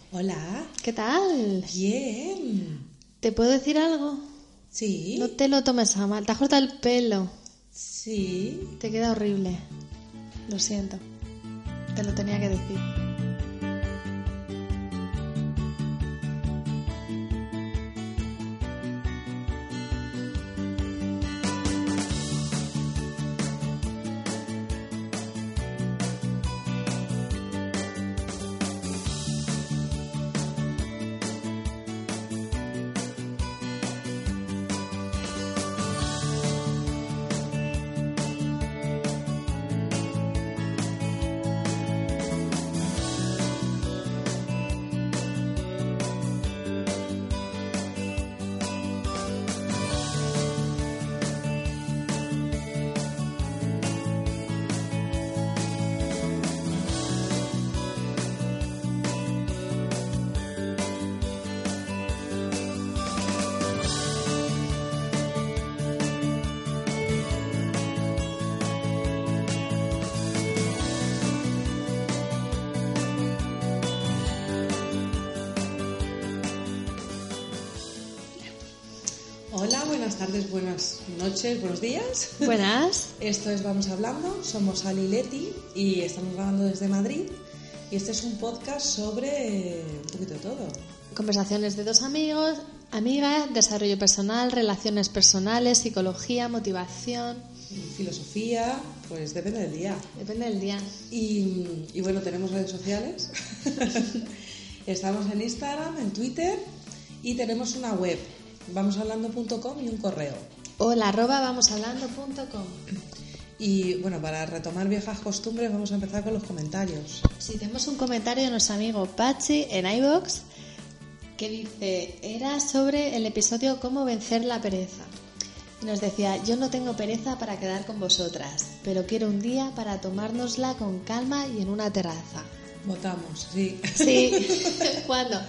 Hola. ¿Qué tal? Bien. ¿Te puedo decir algo? Sí. No te lo tomes a mal. Te has cortado el pelo. Sí. Te queda horrible. Lo siento. Te lo tenía que decir. Hola, buenas tardes, buenas noches, buenos días. Buenas. Esto es Vamos Hablando, somos Ali y Leti y estamos grabando desde Madrid. Y este es un podcast sobre un poquito de todo. Conversaciones de dos amigos, amigas, desarrollo personal, relaciones personales, psicología, motivación. Filosofía, pues depende del día. Depende del día. Y bueno, tenemos redes sociales. Estamos en Instagram, en Twitter y tenemos una web, vamoshablando.com y un correo. Hola, @vamoshablando.com. Y bueno, para retomar viejas costumbres vamos a empezar con los comentarios. Sí, tenemos un comentario de nuestro amigo Pachi en iVoox que dice, era sobre el episodio Cómo vencer la pereza. Y nos decía, yo no tengo pereza para quedar con vosotras, pero quiero un día para tomárnosla con calma y en una terraza. Votamos, sí. Sí, ¿cuándo?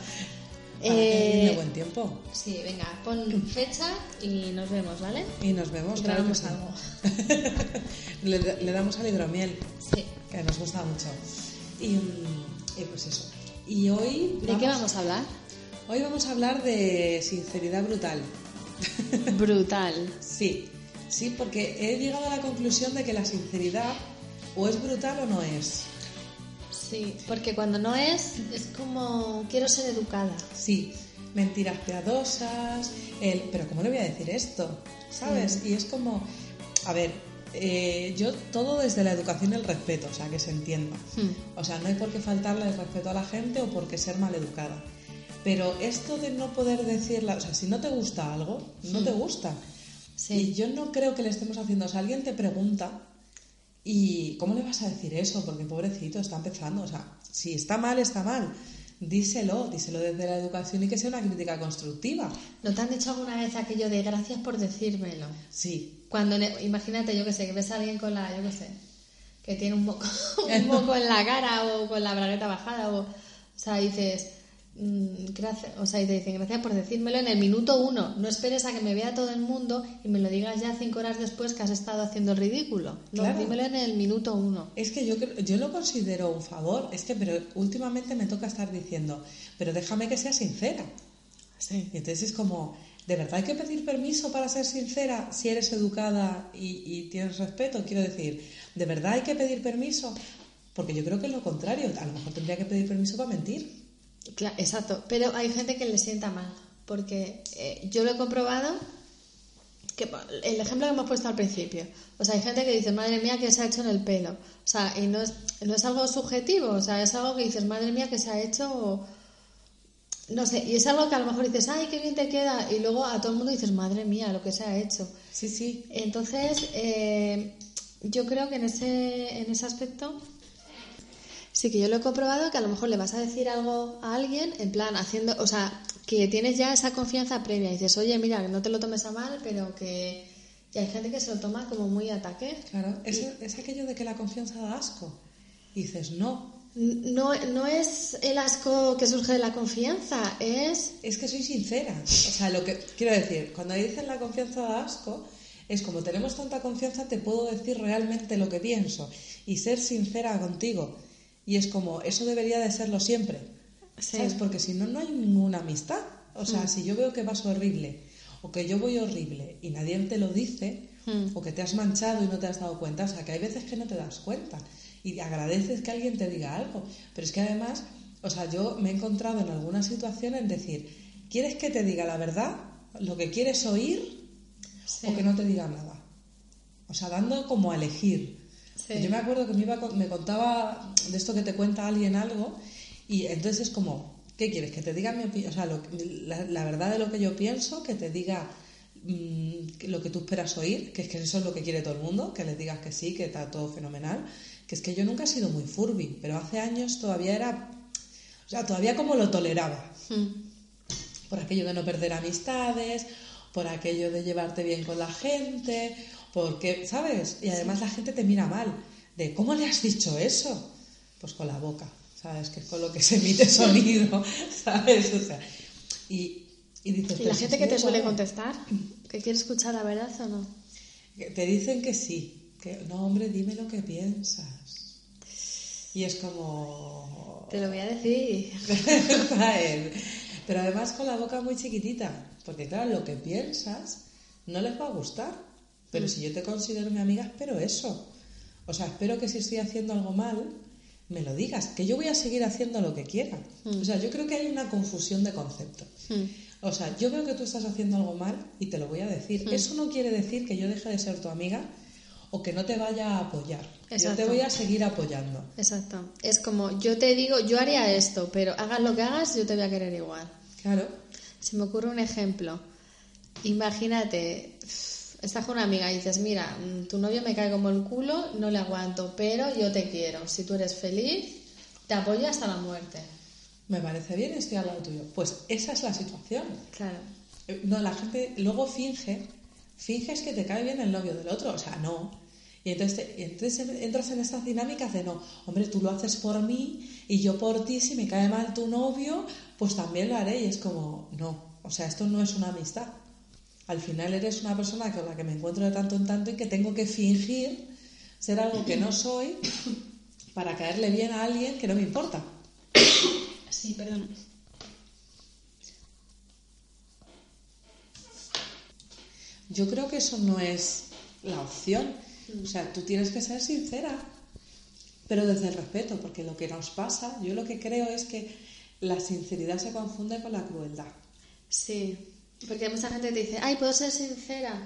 De buen tiempo. Sí, venga, pon fecha y nos vemos, ¿vale? Y nos vemos. Y Claro que grabamos sí. algo. le damos al hidromiel, Sí. que nos gusta mucho. Y pues eso. Y hoy... ¿De qué vamos a hablar? Hoy vamos a hablar de sinceridad brutal. Brutal. Sí, sí, porque he llegado a la conclusión de que la sinceridad o es brutal o no es. Sí, porque cuando no es como quiero ser educada. Sí, mentiras piadosas, pero ¿cómo le voy a decir esto? ¿Sabes? Y es como, a ver, yo todo desde la educación y el respeto, o sea, que se entienda. O sea, no hay por qué faltarle el respeto a la gente o por qué ser maleducada. Pero esto de no poder decirla, o sea, si no te gusta algo, no te gusta. Sí. Y yo no creo que le estemos haciendo, o sea, alguien te pregunta y ¿cómo le vas a decir eso? Porque pobrecito, está empezando, o sea, si está mal, está mal. Díselo desde la educación y que sea una crítica constructiva. ¿No te han dicho alguna vez aquello de gracias por decírmelo? Sí. Cuando, imagínate, yo que sé, que ves a alguien con la, yo que sé, que tiene un moco en la cara o con la bragueta bajada o sea, dices... gracias, o sea, y te dicen gracias por decírmelo en el minuto 1. No esperes a que me vea todo el mundo y me lo digas ya 5 horas después que has estado haciendo el ridículo. No, Claro. dímelo en el minuto 1. Es que yo lo considero un favor, pero últimamente me toca estar diciendo, pero déjame que sea sincera. Sí. Y entonces es como, ¿de verdad hay que pedir permiso para ser sincera si eres educada y tienes respeto? Quiero decir, ¿de verdad hay que pedir permiso? Porque yo creo que es lo contrario, a lo mejor tendría que pedir permiso para mentir. Claro, exacto, pero hay gente que le sienta mal, porque yo lo he comprobado, que el ejemplo que hemos puesto al principio, o sea, hay gente que dice, madre mía, que se ha hecho en el pelo, o sea, y no es algo subjetivo, o sea, es algo que dices, madre mía, que se ha hecho, no sé, y es algo que a lo mejor dices, ay, qué bien te queda, y luego a todo el mundo dices, madre mía, lo que se ha hecho. Sí, sí. Entonces, yo creo que en ese aspecto... Sí, que yo lo he comprobado, que a lo mejor le vas a decir algo a alguien, en plan, haciendo, o sea, que tienes ya esa confianza previa. Y dices, oye, mira, que no te lo tomes a mal, pero que... Y hay gente que se lo toma como muy ataque. Claro, es aquello de que la confianza da asco. Y dices, no. No es el asco que surge de la confianza, es... Es que soy sincera. O sea, lo que quiero decir, cuando dicen la confianza da asco, es como tenemos tanta confianza, te puedo decir realmente lo que pienso y ser sincera contigo. Y es como, eso debería de serlo siempre. Sí. ¿Sabes? Porque si no, no hay ninguna amistad. O sea, si yo veo que vas horrible o que yo voy horrible y nadie te lo dice, o que te has manchado y no te has dado cuenta, o sea, que hay veces que no te das cuenta y agradeces que alguien te diga algo. Pero es que además, o sea, yo me he encontrado en alguna situación en decir, ¿quieres que te diga la verdad? ¿Lo que quieres oír? Sí. O que no te diga nada. O sea, dando como a elegir. Sí. Yo me acuerdo que me contaba de esto que te cuenta alguien algo y entonces es como, ¿qué quieres? Que te diga mi opinión, o sea, la verdad de lo que yo pienso, que te diga lo que tú esperas oír, que es que eso es lo que quiere todo el mundo, que les digas que sí, que está todo fenomenal, que es que yo nunca he sido muy furby, pero hace años todavía era, o sea, todavía como lo toleraba, por aquello de no perder amistades, por aquello de llevarte bien con la gente, porque, ¿sabes? Y además la gente te mira mal, de ¿cómo le has dicho eso? Pues con la boca, ¿sabes? Que es con lo que se emite sonido, ¿sabes? O sea, y dices, ¿Y la gente que te suele igual, contestar? ¿Que quiere escuchar la verdad o no? te dicen que sí, que no, hombre, dime lo que piensas. Y es como... Te lo voy a decir. ¿Sabes? Pero además con la boca muy chiquitita, porque claro, lo que piensas no les va a gustar. Pero si yo te considero mi amiga, espero eso. O sea, espero que si estoy haciendo algo mal, me lo digas, que yo voy a seguir haciendo lo que quiera. O sea, yo creo que hay una confusión de conceptos. O sea, yo veo que tú estás haciendo algo mal y te lo voy a decir. Eso no quiere decir que yo deje de ser tu amiga o que no te vaya a apoyar. Exacto. Yo te voy a seguir apoyando. Exacto. Es como, yo te digo, yo haría esto, pero hagas lo que hagas, yo te voy a querer igual. Claro. Se me ocurre un ejemplo. Imagínate, estás con una amiga y dices, mira, tu novio me cae como el culo, no le aguanto, pero yo te quiero. Si tú eres feliz, te apoyo hasta la muerte. Me parece bien, estoy al lado tuyo. Pues esa es la situación. Claro. No, la gente luego finges que te cae bien el novio del otro, o sea, no. Y entonces entras en estas dinámicas de no, hombre, tú lo haces por mí y yo por ti, si me cae mal tu novio, pues también lo haré. Y es como, no, o sea, esto no es una amistad. Al final eres una persona con la que me encuentro de tanto en tanto y que tengo que fingir ser algo que no soy para caerle bien a alguien que no me importa. Sí, perdón. Yo creo que eso no es la opción. O sea, tú tienes que ser sincera, pero desde el respeto, porque lo que nos pasa, yo lo que creo es que la sinceridad se confunde con la crueldad. Sí, porque mucha gente te dice, ay, puedo ser sincera,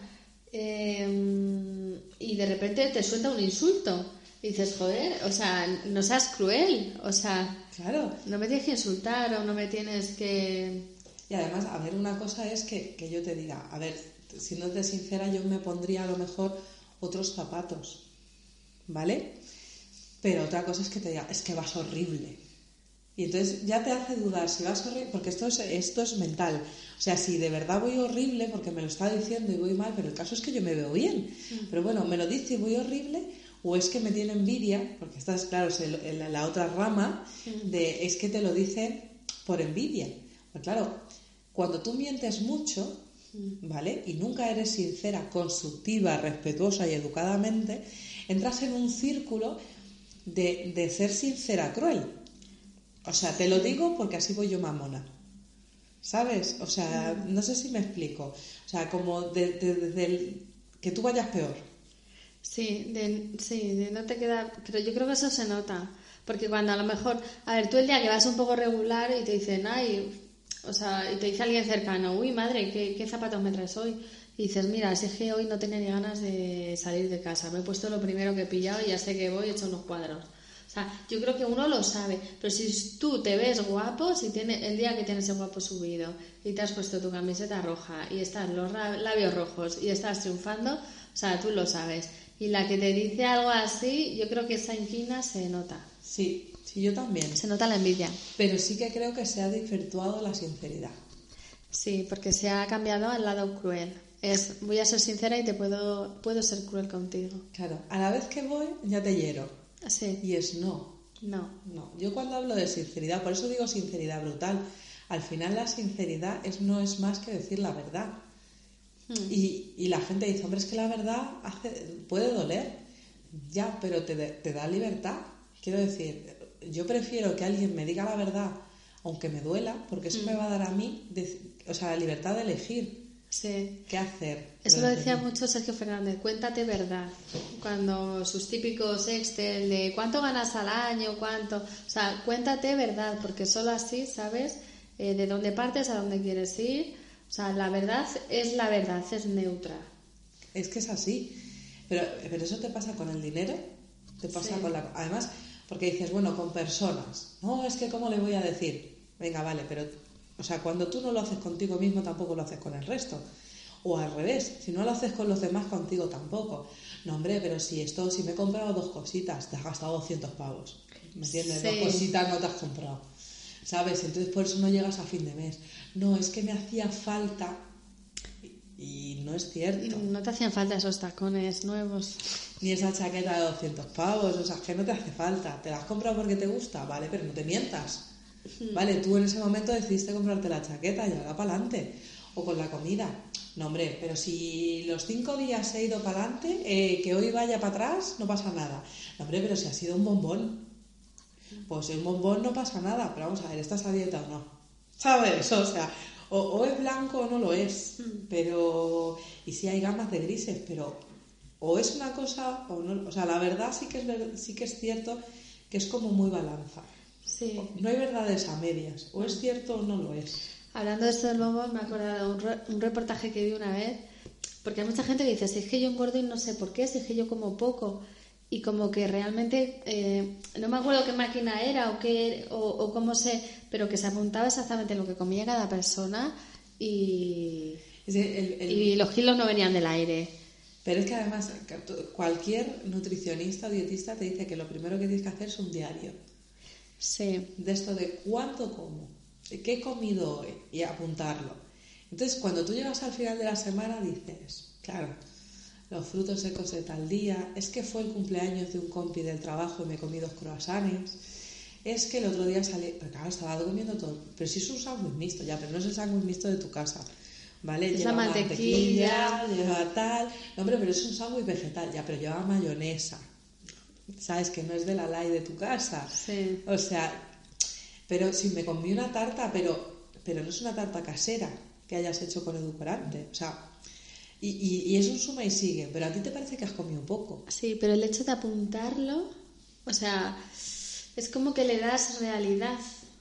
y de repente te suelta un insulto. Y dices, joder, o sea, no seas cruel, o sea, Claro. no me tienes que insultar o no me tienes que... Y además, a ver, una cosa es que yo te diga, a ver, siéndote sincera, yo me pondría a lo mejor otros zapatos, ¿vale? Pero otra cosa es que te diga, es que vas horrible. Y entonces ya te hace dudar si vas horrible, porque esto es mental. O sea, si de verdad voy horrible, porque me lo está diciendo y voy mal, pero el caso es que yo me veo bien. Pero bueno, me lo dice y voy horrible, o es que me tiene envidia, porque esta es, claro, es la otra rama, de es que te lo dice por envidia. Pues claro, cuando tú mientes mucho, ¿vale? Y nunca eres sincera, constructiva, respetuosa y educadamente, entras en un círculo de ser sincera cruel. O sea, te lo digo porque así voy yo mamona. ¿Sabes? O sea, no sé si me explico. O sea, como desde que tú vayas peor. Sí, de no te queda... Pero yo creo que eso se nota. Porque cuando a lo mejor... A ver, tú el día que vas un poco regular y te dicen, ay... O sea, y te dice alguien cercano, uy, madre, ¿qué zapatos me traes hoy? Y dices, mira, si es que hoy no tenía ni ganas de salir de casa. Me he puesto lo primero que he pillado y ya sé que voy, he hecho unos cuadros. O sea, yo creo que uno lo sabe. Pero si tú te ves guapo, si el día que tienes el guapo subido y te has puesto tu camiseta roja y estás los labios rojos y estás triunfando, o sea, tú lo sabes. Y la que te dice algo así, yo creo que esa inquina se nota. Sí, yo también. Se nota la envidia. Pero sí que creo que se ha desvirtuado la sinceridad. Sí, porque se ha cambiado al lado cruel. Voy a ser sincera y puedo ser cruel contigo. Claro, a la vez que voy, ya te hiero. Sí. Y es no. No. Yo cuando hablo de sinceridad, por eso digo sinceridad brutal, al final la sinceridad no es más que decir la verdad. Y la gente dice, hombre, es que la verdad puede doler. Ya, pero te da libertad. Quiero decir, yo prefiero que alguien me diga la verdad, aunque me duela, porque eso me va a dar a mí, la libertad de elegir. Sí. ¿Qué hacer? Eso lo decía mucho Sergio Fernández, cuéntate verdad. Cuando sus típicos Excel de cuánto ganas al año, cuánto... O sea, cuéntate verdad, porque solo así sabes de dónde partes, a dónde quieres ir. O sea, la verdad, es neutra. Es que es así. Pero eso te pasa con el dinero, te pasa con la... Además, porque dices, bueno, con personas. No, es que ¿cómo le voy a decir? Venga, vale, pero... O sea, cuando tú no lo haces contigo mismo, tampoco lo haces con el resto. O al revés, si no lo haces con los demás, contigo tampoco. No, hombre, pero si me he comprado 2 cositas, te has gastado 200 pavos. ¿Me entiendes? Sí. 2 cositas no te has comprado. ¿Sabes? Entonces por eso no llegas a fin de mes. No, es que me hacía falta... Y no es cierto. Y no te hacían falta esos tacones nuevos. Ni esa chaqueta de 200 pavos. O sea, que no te hace falta. ¿Te la has comprado porque te gusta? Vale, pero no te mientas. Vale, tú en ese momento decidiste comprarte la chaqueta y ahora para adelante. O con la comida. No, hombre, pero si los 5 días he ido para adelante, que hoy vaya para atrás, no pasa nada. No, hombre, pero si ha sido un bombón. Pues un bombón no pasa nada. Pero vamos a ver, ¿estás a dieta o no? ¿Sabes? O sea, o es blanco o no lo es. Pero... Y sí hay gamas de grises, pero... O es una cosa o no... O sea, la verdad sí que es cierto que es como muy balanza. Sí. No hay verdades a medias. O es cierto o no lo es. Hablando de esto del bombón, me he acordado de un reportaje que vi una vez, porque hay mucha gente que dice, si es que yo engordo y no sé por qué, si es que yo como poco, y como que realmente, no me acuerdo qué máquina era o cómo sé, pero que se apuntaba exactamente lo que comía cada persona y los kilos no venían del aire. Pero es que además cualquier nutricionista o dietista te dice que lo primero que tienes que hacer es un diario. Sí. De esto de cuánto como, qué he comido hoy y apuntarlo. Entonces cuando tú llegas al final de la semana dices, claro, los frutos secos de tal día, es que fue el cumpleaños de un compi del trabajo y me comí 2 croissants, es que el otro día salí, pero claro, estaba comiendo todo, pero si es un sándwich mixto, ya, pero no es el sándwich mixto de tu casa, ¿vale? Es lleva la mantequilla, lleva tal, no, hombre, pero es un sándwich vegetal, ya, pero lleva mayonesa, ¿sabes? Que no es de la light de tu casa. Sí. O sea, pero si me comí una tarta, pero no es una tarta casera que hayas hecho con edulcorante, o sea, y es un suma y sigue, pero a ti te parece que has comido poco. Sí, pero el hecho de apuntarlo, o sea, es como que le das realidad.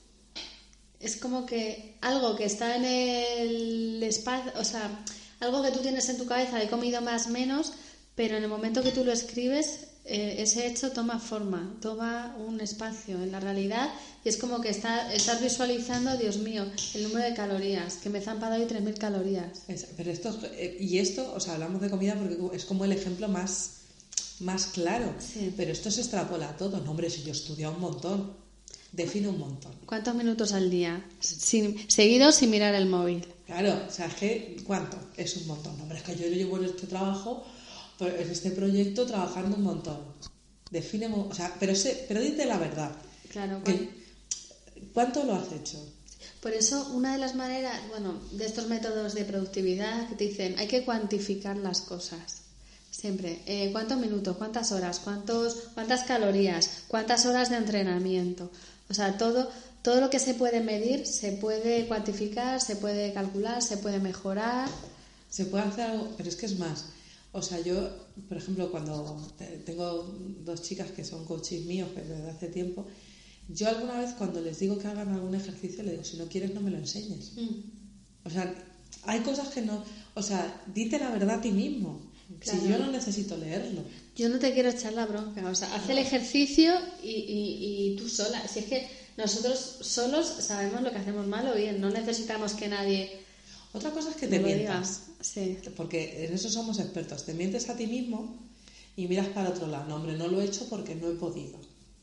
Es como que algo que está en el espacio, o sea, algo que tú tienes en tu cabeza de comido más menos, pero en el momento que tú lo escribes, ese hecho toma forma, toma un espacio en la realidad y es como que estás visualizando, Dios mío, el número de calorías, que me he zampado hoy 3.000 calorías. Pero esto, o sea, hablamos de comida porque es como el ejemplo más claro, sí. Pero esto se extrapola a todo. No, hombre, si yo he estudiado un montón, defino un montón. ¿Cuántos minutos al día? Seguidos sin mirar el móvil. Claro, o sea, es que, ¿cuánto? Es un montón. No, hombre, es que yo llevo en este trabajo, en este proyecto, trabajando un montón. Define, o sea, pero dite la verdad. Claro. ¿Cuánto lo has hecho? Por eso, una de las maneras, de estos métodos de productividad que te dicen, hay que cuantificar las cosas. Siempre. ¿Cuántos minutos? ¿Cuántas horas? ¿Cuántas calorías? ¿Cuántas horas de entrenamiento? O sea, todo lo que se puede medir se puede cuantificar, se puede calcular, se puede mejorar. Se puede hacer algo, pero es que es más. O sea, yo, por ejemplo, cuando tengo 2 chicas que son coaches míos desde hace tiempo, yo alguna vez cuando les digo que hagan algún ejercicio, les digo, si no quieres no me lo enseñes. O sea, hay cosas que no... O sea, dite la verdad a ti mismo. Claro. Si yo no necesito leerlo. Yo no te quiero echar la bronca. O sea, haz el ejercicio y tú sola. Si es que nosotros solos sabemos lo que hacemos mal o bien. No necesitamos que nadie... Otra cosa es que te mientas. Sí. Porque en eso somos expertos. Te mientes a ti mismo y miras para otro lado. No, hombre, no lo he hecho porque no he podido.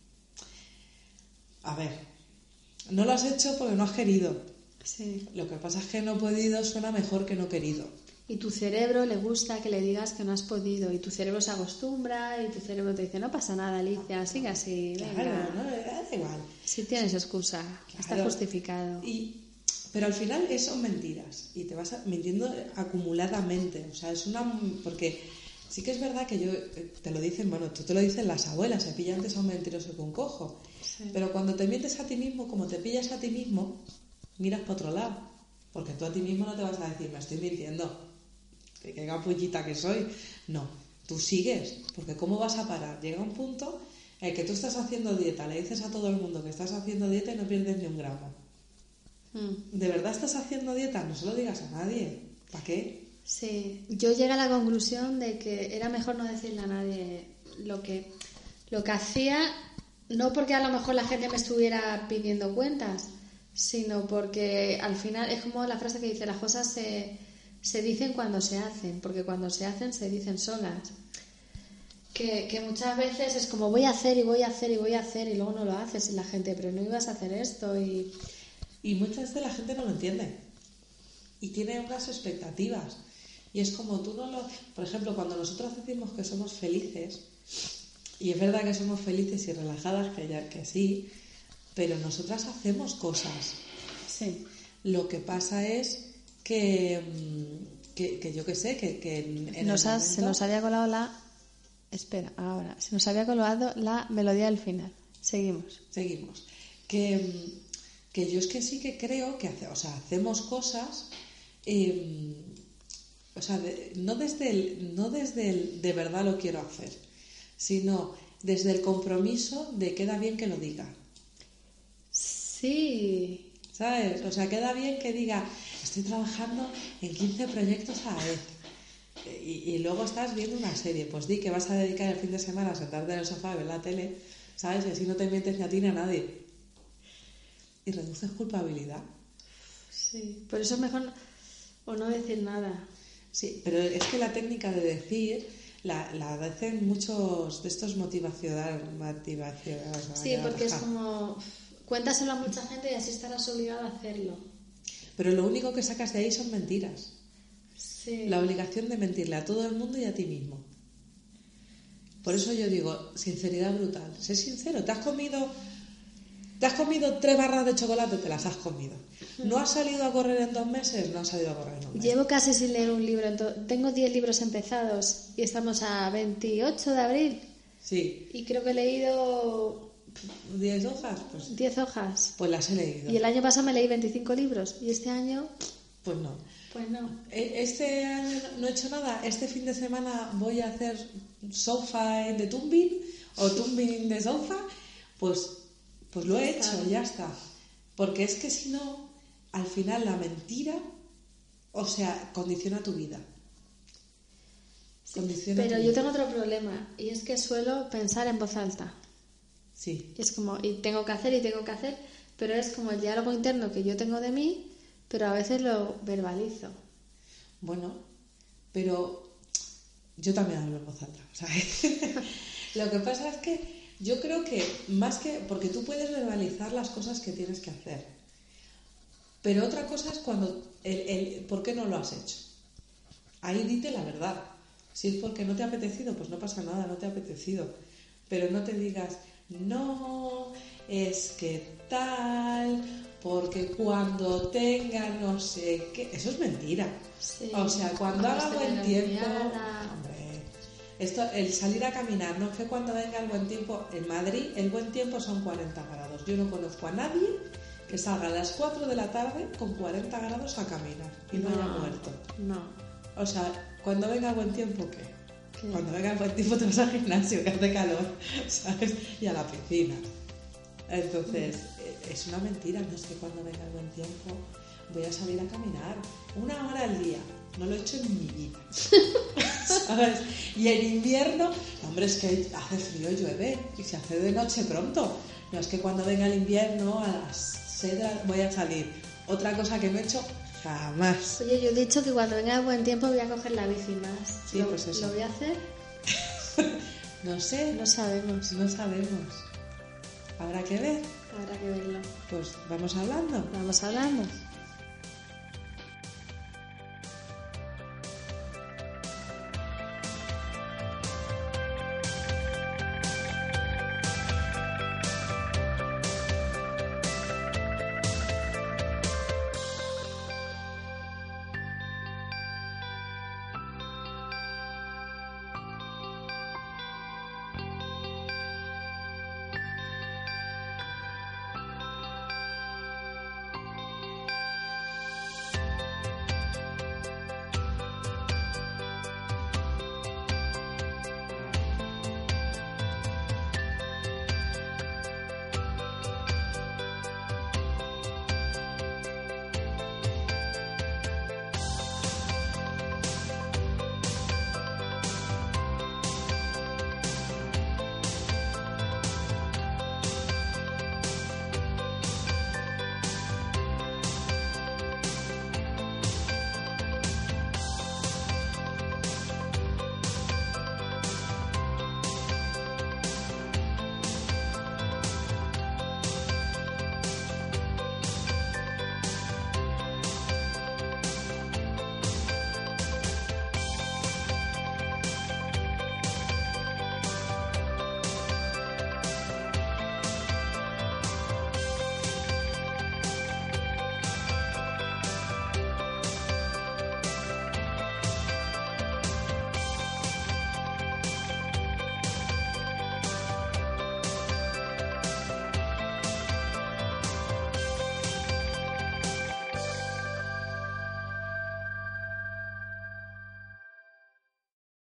A ver, no lo has hecho porque no has querido. Sí. Lo que pasa es que no podido suena mejor que no querido. Y tu cerebro le gusta que le digas que no has podido. Y tu cerebro se acostumbra y tu cerebro te dice, no pasa nada, Alicia, sigue así. Claro, venga. no, da igual. Si tienes excusa, claro. Está justificado. Pero al final son mentiras. Y te vas mintiendo acumuladamente. O sea, porque sí que es verdad que te lo dicen, tú te lo dicen las abuelas, se pilla antes a un mentiroso que un cojo. Sí. Pero cuando te mientes a ti mismo, como te pillas a ti mismo, miras para otro lado. Porque tú a ti mismo no te vas a decir, me estoy mintiendo, qué capullita que soy. No, tú sigues, porque ¿cómo vas a parar? Llega un punto en el que tú estás haciendo dieta, le dices a todo el mundo que estás haciendo dieta y no pierdes ni un gramo. ¿De verdad estás haciendo dieta? No se lo digas a nadie. ¿Para qué? Sí, yo llegué a la conclusión de que era mejor no decirle a nadie lo que hacía, no porque a lo mejor la gente me estuviera pidiendo cuentas, sino porque al final es como la frase que dice, las cosas se dicen cuando se hacen, porque cuando se hacen se dicen solas. Que muchas veces es como voy a hacer y voy a hacer y voy a hacer y luego no lo haces y la gente, pero no ibas a hacer esto Y muchas veces la gente no lo entiende y tiene unas expectativas y es como tú no lo... Por ejemplo, cuando nosotros decimos que somos felices, y es verdad que somos felices y relajadas, que sí, pero nosotras hacemos cosas. Sí. Lo que pasa es que yo qué sé, que en se nos había colado la... Espera, ahora. Se nos había colado la melodía del final. Seguimos. Que yo es que sí que creo que hacemos cosas... no desde el de verdad lo quiero hacer, sino desde el compromiso de queda bien que lo diga. Sí. ¿Sabes? O sea, queda bien que diga, estoy trabajando en 15 proyectos a la vez. Y luego estás viendo una serie, pues di que vas a dedicar el fin de semana a sentarte en el sofá y ver la tele, ¿sabes? Y así no te mientes ni a ti ni a nadie. Y reduces culpabilidad. Sí, por eso es mejor o no decir nada. Sí, pero es que la técnica de decir la hacen muchos de estos motivacionales. Sí, porque es como cuéntaselo a mucha gente y así estarás obligado a hacerlo. Pero lo único que sacas de ahí son mentiras. Sí. La obligación de mentirle a todo el mundo y a ti mismo. Por eso yo digo, sinceridad brutal. Sé sincero, ¿te has comido 3 barras de chocolate? Te las has comido. ¿No has salido a correr en 2 meses? No has salido a correr en 2 meses. Llevo casi sin leer un libro. Tengo 10 libros empezados y estamos a 28 de abril. Sí. Y creo que he leído... 10 hojas. Pues 10 hojas. Pues las he leído. Y el año pasado me leí 25 libros. Y este año... Pues no. Pues no. Este año no he hecho nada. Este fin de semana voy a hacer sofa de tumbing o tumbing de sofa. Pues lo he hecho, ya está. Porque es que si no, al final la mentira, condiciona tu vida. Sí, pero yo tengo otro problema y es que suelo pensar en voz alta. Sí. Y es como, y tengo que hacer, pero es como el diálogo interno que yo tengo de mí, pero a veces lo verbalizo. Bueno, pero yo también hablo en voz alta, ¿sabes? Lo que pasa es que yo creo que más que... Porque tú puedes verbalizar las cosas que tienes que hacer. Pero otra cosa es cuando... ¿Por qué no lo has hecho? Ahí dite la verdad. Si es porque no te ha apetecido, pues no pasa nada, no te ha apetecido. Pero no te digas, no, es que tal, porque cuando tenga no sé qué... Eso es mentira. Sí, o sea, cuando haga buen tiempo... El salir a caminar, no es que cuando venga el buen tiempo, en Madrid el buen tiempo son 40 grados. Yo no conozco a nadie que salga a las 4 de la tarde con 40 grados a caminar y no haya muerto. No. O sea, cuando venga el buen tiempo, ¿qué? Cuando venga el buen tiempo te vas al gimnasio, que hace calor, ¿sabes? Y a la piscina. Entonces, es una mentira, no es que cuando venga el buen tiempo voy a salir a caminar 1 hora al día. No lo he hecho en mi vida. ¿Sabes? Y en invierno, hombre, es que hace frío, llueve y se hace de noche pronto. No es que cuando venga el invierno a las 6 voy a salir. Otra cosa que no he hecho jamás. Oye, yo he dicho que cuando venga el buen tiempo voy a coger la bici más. Sí, pues eso. ¿Lo voy a hacer? No sé. No sabemos. No sabemos. Habrá que ver. Habrá que verlo. Pues vamos hablando. Vamos hablando.